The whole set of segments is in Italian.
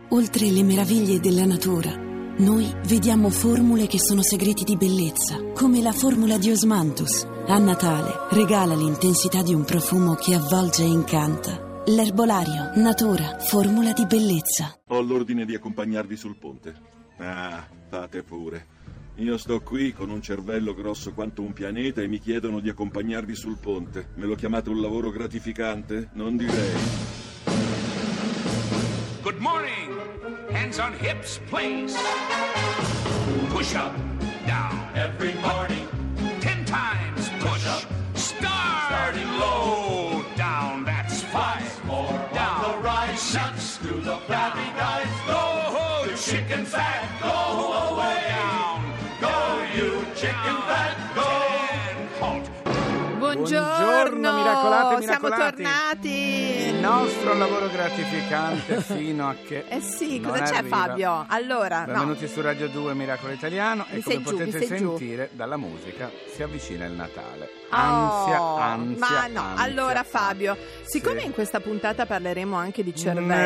Oltre le meraviglie della natura, noi vediamo formule che sono segreti di bellezza, come la formula di Osmanthus. A Natale regala l'intensità di un profumo che avvolge e incanta. L'erbolario, natura, formula di bellezza. Ho l'ordine di accompagnarvi sul ponte. Ah, fate pure. Io sto qui con un cervello grosso quanto un pianeta e mi chiedono di accompagnarvi sul ponte. Me lo chiamate un lavoro gratificante? Non direi. Good morning. Hands on hips, please. Push up, down. Every morning. 10 times push up. Starting low, down. That's 5 more. Down. On the rise, 6 to the flabby guys. Go, chicken fat, go away. Down. Go, you chicken fat, go. Halt. Buongiorno, miracolati. Siamo tornati. Il nostro lavoro gratificante fino a che sì, non cosa c'è arriva. Fabio? Allora, benvenuti su Radio 2 Miracolo Italiano e come potete sentire giù. Dalla musica si avvicina il Natale. Ansia. Allora Fabio, siccome in questa puntata parleremo anche di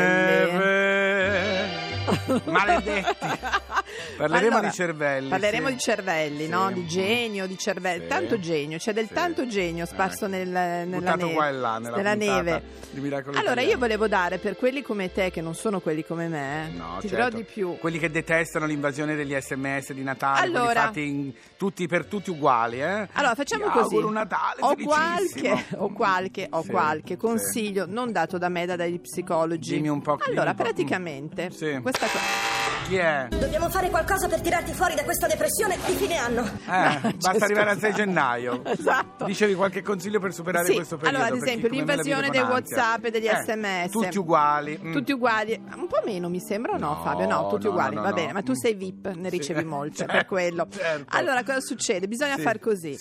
cervelli. Maledetti. Parleremo di cervelli. Parleremo di cervelli, no? Di genio, di cervelli. Sì. Tanto genio, c'è del tanto genio sparso nella neve. Qua e là, nella neve. Di Miracolo allora Italiano. Io volevo dare per quelli come te, che non sono quelli come me, ti dirò di più. Quelli che detestano l'invasione degli SMS di Natale, quelli fatti tutti per tutti uguali, Allora facciamo Ti così. auguro un Natale Ho qualche consiglio non dato da me, dagli psicologi. Dimmi un po'. Allora, praticamente questa Chi è? Dobbiamo fare qualcosa per tirarti fuori da questa depressione di fine anno. Basta arrivare al 6 gennaio. Esatto. Dicevi qualche consiglio per superare questo periodo? Allora, ad esempio, l'invasione dei WhatsApp e degli SMS. Tutti uguali. Tutti uguali. Un po' meno, mi sembra, o no, Fabio? No, tutti uguali. Va bene, ma tu sei VIP, ne ricevi molte, per quello. Certo. Allora, cosa succede? Bisogna far così.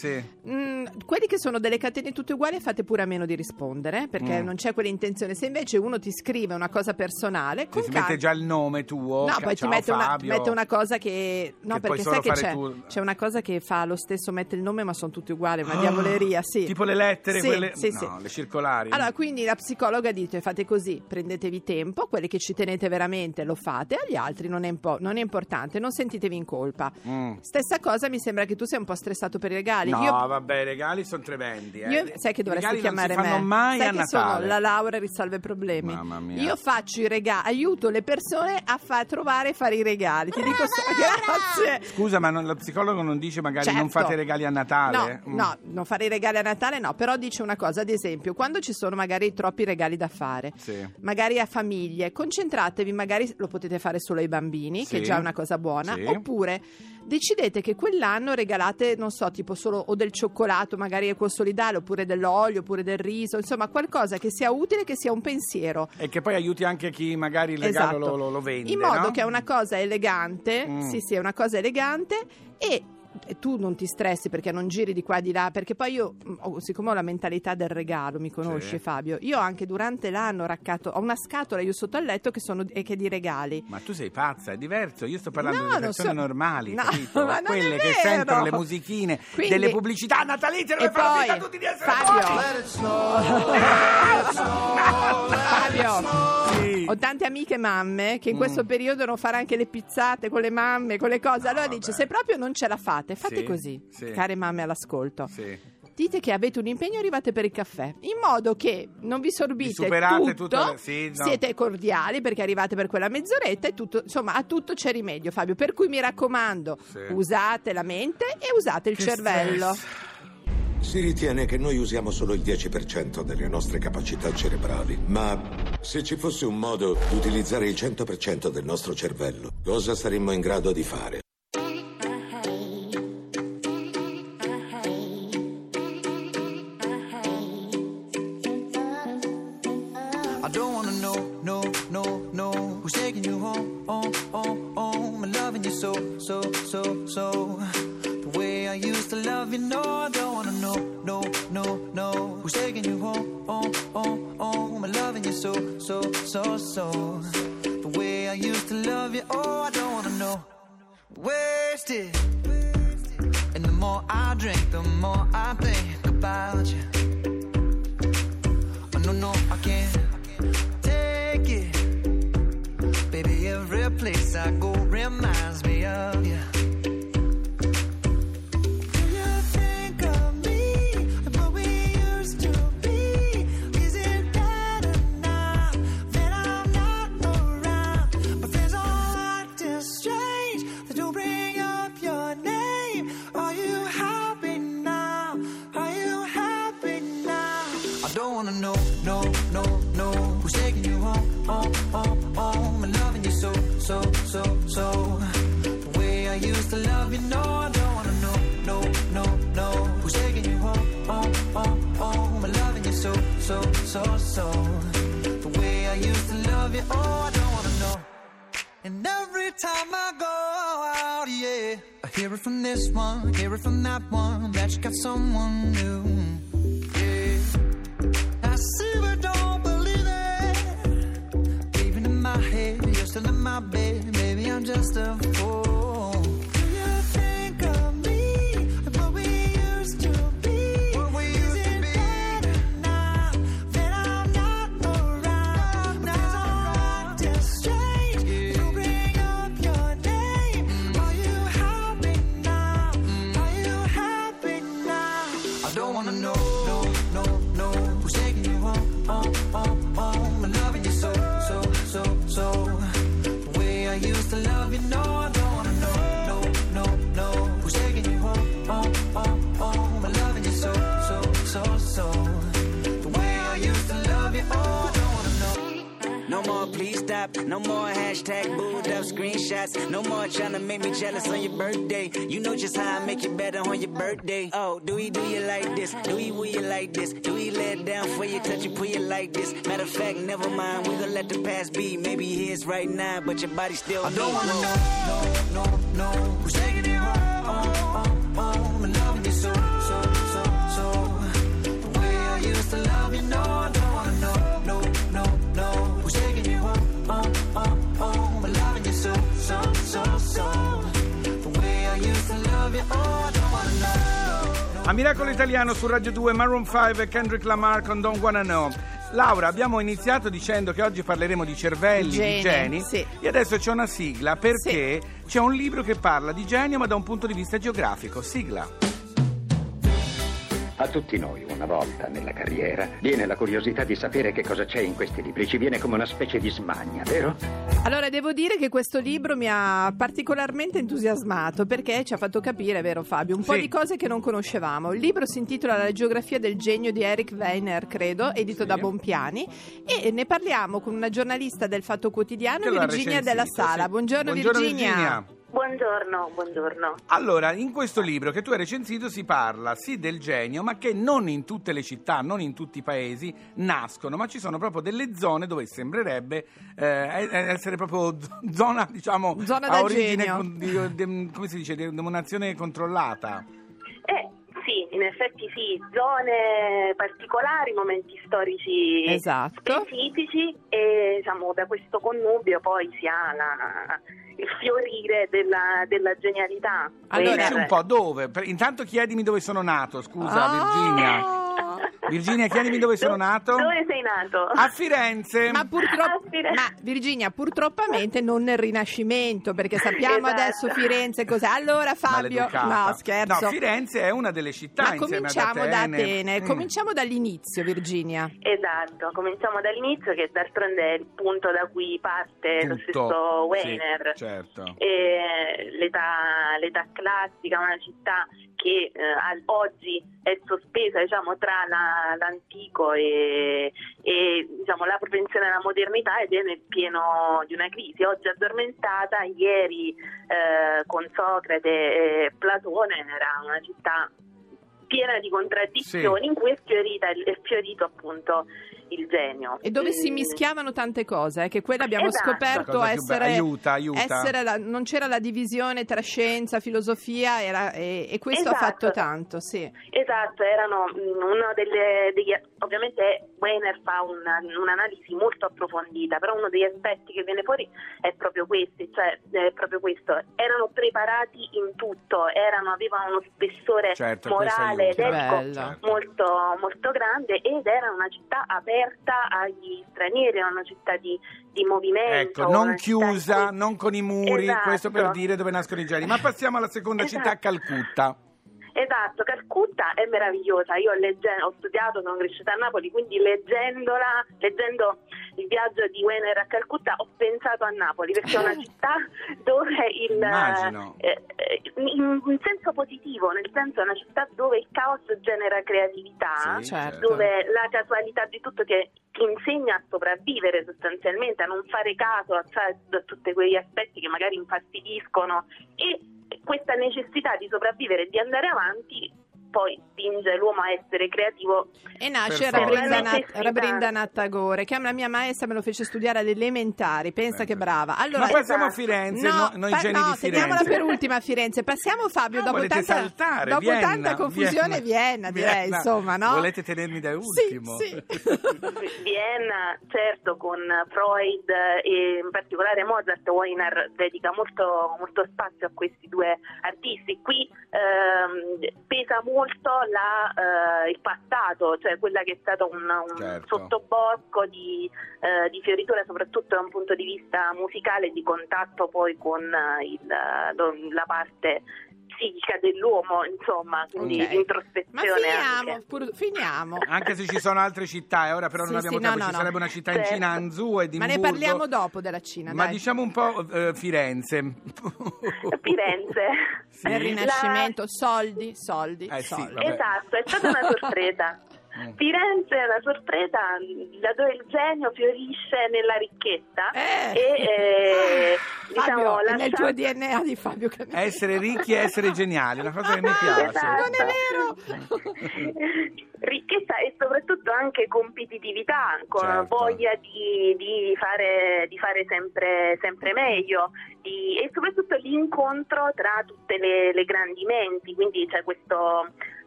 Quelli che sono delle catene tutte uguali, fate pure a meno di rispondere, perché non c'è quell'intenzione. Se invece uno ti scrive una cosa personale, si mette già il nome tuo. No, poi ti mette una cosa che... No, che perché sai che c'è una cosa che fa lo stesso, mette il nome ma sono tutti uguali, una diavoleria, sì. Tipo le lettere, quelle... Sì. le circolari. Allora, quindi la psicologa dice: fate così, prendetevi tempo, quelli che ci tenete veramente lo fate, agli altri non è importante, non sentitevi in colpa. Stessa cosa, mi sembra che tu sia un po' stressato per i regali. No, vabbè, i regali sono tremendi. Sai che dovresti chiamare me? Non si fanno mai sai a che Natale. sono la Laura risolve problemi. Mamma mia. Io faccio i regali, aiuto le persone a trovare e fare i regali. Ti dico grazie. Scusa, ma lo psicologo non dice magari non fate regali a Natale? No, non fare i regali a Natale no, però dice una cosa, ad esempio, quando ci sono magari troppi regali da fare, magari a famiglie, concentratevi, magari lo potete fare solo ai bambini, che già è una cosa buona, oppure decidete che quell'anno regalate, non so, tipo solo o del cioccolato, magari equo solidale, oppure dell'olio, oppure del riso, insomma qualcosa che sia utile, che sia un pensiero. E che poi aiuti anche chi magari il regalo lo vende. In modo che è una cosa elegante, sì, è una cosa elegante e tu non ti stressi perché non giri di qua e di là, perché poi io, siccome ho la mentalità del regalo, mi conosci Fabio, io anche durante l'anno ho una scatola io sotto al letto che è di regali. Ma tu sei pazza, è diverso, io sto parlando delle persone normali, capito? Ma quelle che sentono le musichine delle pubblicità natalizie dove fanno finta tutti di essere Fabio, ho tante amiche mamme che in questo periodo devono fare anche le pizzate con le mamme, con le cose, allora dice se proprio non ce la fate così, care mamme all'ascolto. Dite che avete un impegno e arrivate per il caffè, in modo che non vi sorbite tutto, siete cordiali perché arrivate per quella mezz'oretta e tutto, insomma a tutto c'è rimedio, Fabio, per cui mi raccomando, usate la mente e usate il cervello. Si ritiene che noi usiamo solo il 10% delle nostre capacità cerebrali, ma se ci fosse un modo di utilizzare il 100% del nostro cervello, cosa saremmo in grado di fare? I don't wanna know who's taking you home, and loving you so. The way I used to love you, no, I don't wanna know who's taking you home, and loving you so. The way I used to love you, I don't wanna know. Wasted, and the more I drink, the more I think about you. Oh, no, I can't take it. Baby, every place I go reminds me of you. So the way I used to love you, oh, I don't wanna know. And every time I go out, yeah, I hear it from this one, hear it from that one, that you got someone new. Yeah, I see but don't believe it. Even in my head, you're still in my bed, maybe I'm just a fool. No more hashtag booed up screenshots. No more trying to make me jealous on your birthday. You know just how I make you better on your birthday. Oh, do you like this? Do you will you like this? Do you let it down for you, touch you, pull you like this? Matter of fact, never mind, we gon' let the past be. Maybe here's right now, but your body still. I don't wanna know, no, who's taking you home? I'm loving you so. The way I used to love you, no, I don't wanna know, who's taking you home? I'm loving you so. The way I used to love you, oh, I don't wanna know. A Miracolo Italiano su Radio 2, Maroon 5 e Kendrick Lamar con Don't Wanna Know. Laura, abbiamo iniziato dicendo che oggi parleremo di cervelli, di geni, sì. E adesso c'è una sigla perché c'è un libro che parla di genio ma da un punto di vista geografico. Sigla. A tutti noi, una volta nella carriera, viene la curiosità di sapere che cosa c'è in questi libri. Ci viene come una specie di smania, vero? Allora, devo dire che questo libro mi ha particolarmente entusiasmato perché ci ha fatto capire, vero Fabio, un po' di cose che non conoscevamo. Il libro si intitola La geografia del genio di Eric Weiner, credo, edito da Bonpiani, e ne parliamo con una giornalista del Fatto Quotidiano, Virginia Della Sala. Buongiorno Virginia. Buongiorno. Allora, in questo libro che tu hai recensito si parla sì del genio, ma che non in tutte le città, non in tutti i paesi nascono, ma ci sono proprio delle zone dove sembrerebbe essere proprio zona, diciamo, zona a da origine, genio. come si dice, di dominazione controllata. Sì, in effetti sì, zone particolari, momenti storici specifici e diciamo da questo connubio poi si ha il fiorire della genialità. Allora, dici un po' dove? Intanto chiedimi dove sono nato, scusa Virginia. Virginia, chiedimi dove sono nato. Dove sei nato? A Firenze. Ma Virginia, purtroppamente non nel Rinascimento, perché sappiamo adesso Firenze cos'è. Allora Fabio, no scherzo. No, Firenze è una delle città. Ma cominciamo da Atene. Cominciamo dall'inizio, Virginia. Esatto, cominciamo dall'inizio, che d'altronde è il punto da cui parte lo stesso Weiner. Sì, certo. L'età classica, una città che oggi è sospesa, diciamo, tra l'antico e diciamo la propensione alla modernità, ed è nel pieno di una crisi. Oggi addormentata, ieri con Socrate e Platone era una città piena di contraddizioni, in cui è fiorito appunto il genio. E dove si mischiavano tante cose, che quella abbiamo scoperto essere aiuta. Non c'era la divisione tra scienza, filosofia, e questo ha fatto tanto, sì. Esatto, erano ovviamente Weiner fa un'analisi molto approfondita, però uno degli aspetti che viene fuori è proprio questi, cioè proprio questo, erano preparati in tutto, avevano uno spessore morale ed etico molto, molto grande, ed era una città aperta agli stranieri, era una città di movimento. Ecco, non chiusa, non con i muri, questo per dire dove nascono i geni. Ma passiamo alla seconda città, Calcutta. Esatto, Calcutta è meravigliosa. Io ho studiato, sono cresciuta a Napoli, quindi leggendo il viaggio di Wehner a Calcutta ho pensato a Napoli, perché è una città dove in senso positivo, nel senso è una città dove il caos genera creatività, dove la casualità di tutto ti insegna a sopravvivere sostanzialmente, a non fare caso a tutti quegli aspetti che magari infastidiscono, e questa necessità di sopravvivere e di andare avanti poi spinge l'uomo a essere creativo. E nasce Rabindranath Tagore, che la mia maestra me lo fece studiare alle elementari, pensa che brava. Allora, ma passiamo a Firenze, noi geni di Firenze. Teniamola per ultima a Firenze. Passiamo, Fabio, dopo tanta confusione, Vienna, direi, insomma, no? Volete tenermi da ultimo? Sì. Vienna, certo, con Freud e in particolare Mozart. Wehner dedica molto, molto spazio a questi due artisti. Qui pesa molto il passato, cioè quella che è stato un sottobosco di fioritura, soprattutto da un punto di vista musicale, di contatto poi con la parte psichica dell'uomo, insomma, quindi introspezione. Ma finiamo. Anche se ci sono altre città, ora però non abbiamo tempo, ci sarebbe una città in Cina, Anzù, Edimburgo. Ma ne parliamo dopo della Cina, Ma diciamo un po' Firenze. Firenze. Nel Rinascimento, soldi. Esatto, è stata una sorpresa. Firenze è una sorpresa, dove il genio fiorisce nella ricchezza e Fabio, è nel tuo DNA di Fabio Canelli. Essere ricchi e essere geniali, una cosa che mi piace. Esatto. Non è vero. Ricchezza e soprattutto anche competitività, con voglia di fare sempre meglio, e soprattutto l'incontro tra tutte le grandi menti, quindi c'è questa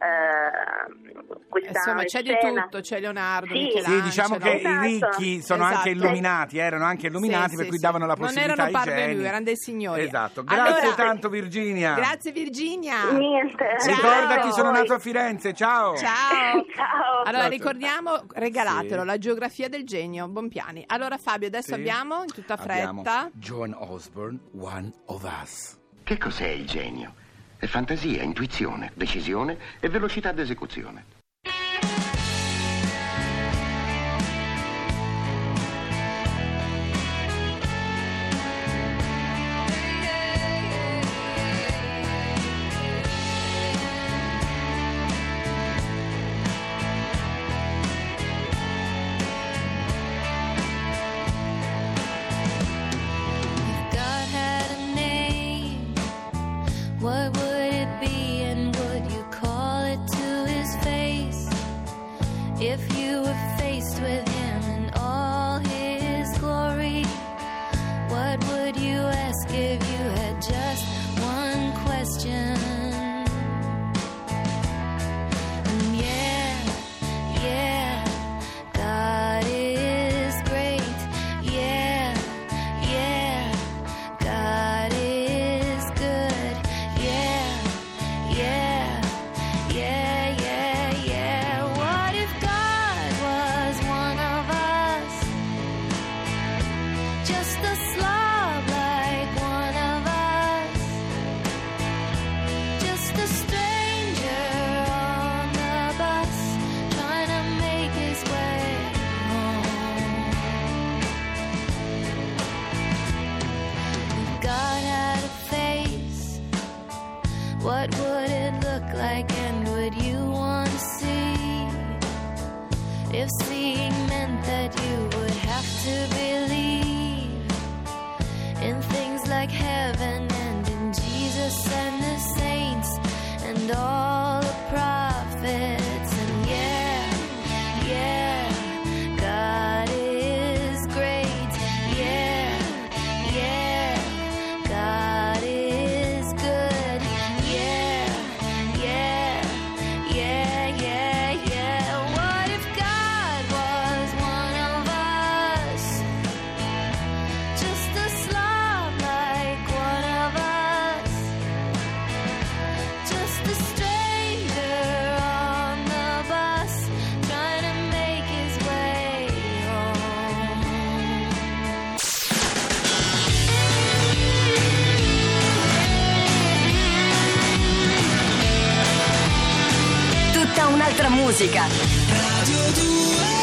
insomma c'è scena. Di tutto, c'è Leonardo, Michelangelo. Sì, diciamo che i ricchi sono anche illuminati, erano anche illuminati, per cui davano la possibilità ai geni. Non erano padre lui, erano dei signori. Esatto, grazie tanto Virginia. Grazie Virginia. Niente. Ricorda chi sono nato a Firenze, ciao. Allora ricordiamo, regalatelo, la geografia del genio, Bompiani. Allora Fabio, adesso abbiamo in tutta fretta Joan Osborne, One of Us. Che cos'è il genio? È fantasia, intuizione, decisione e velocità d'esecuzione. What would it be, and would you call it to his face? If you were faced with him in all his glory, what would you ask if you had just one question? And yeah, God is great. Yeah, God is good. Yeah. What if God was one of us? Just a slob like one of us. Just a stranger on the bus, trying to make his way home. If God had a face, what would it look like, and would you want to see? If seeing meant that you would have to believe in things like heaven and in Jesus and the saints and all the prophets, and yeah, God is great. Yeah, God is good. Yeah. What if God was one of us? Just a slob un'altra musica. Radio 2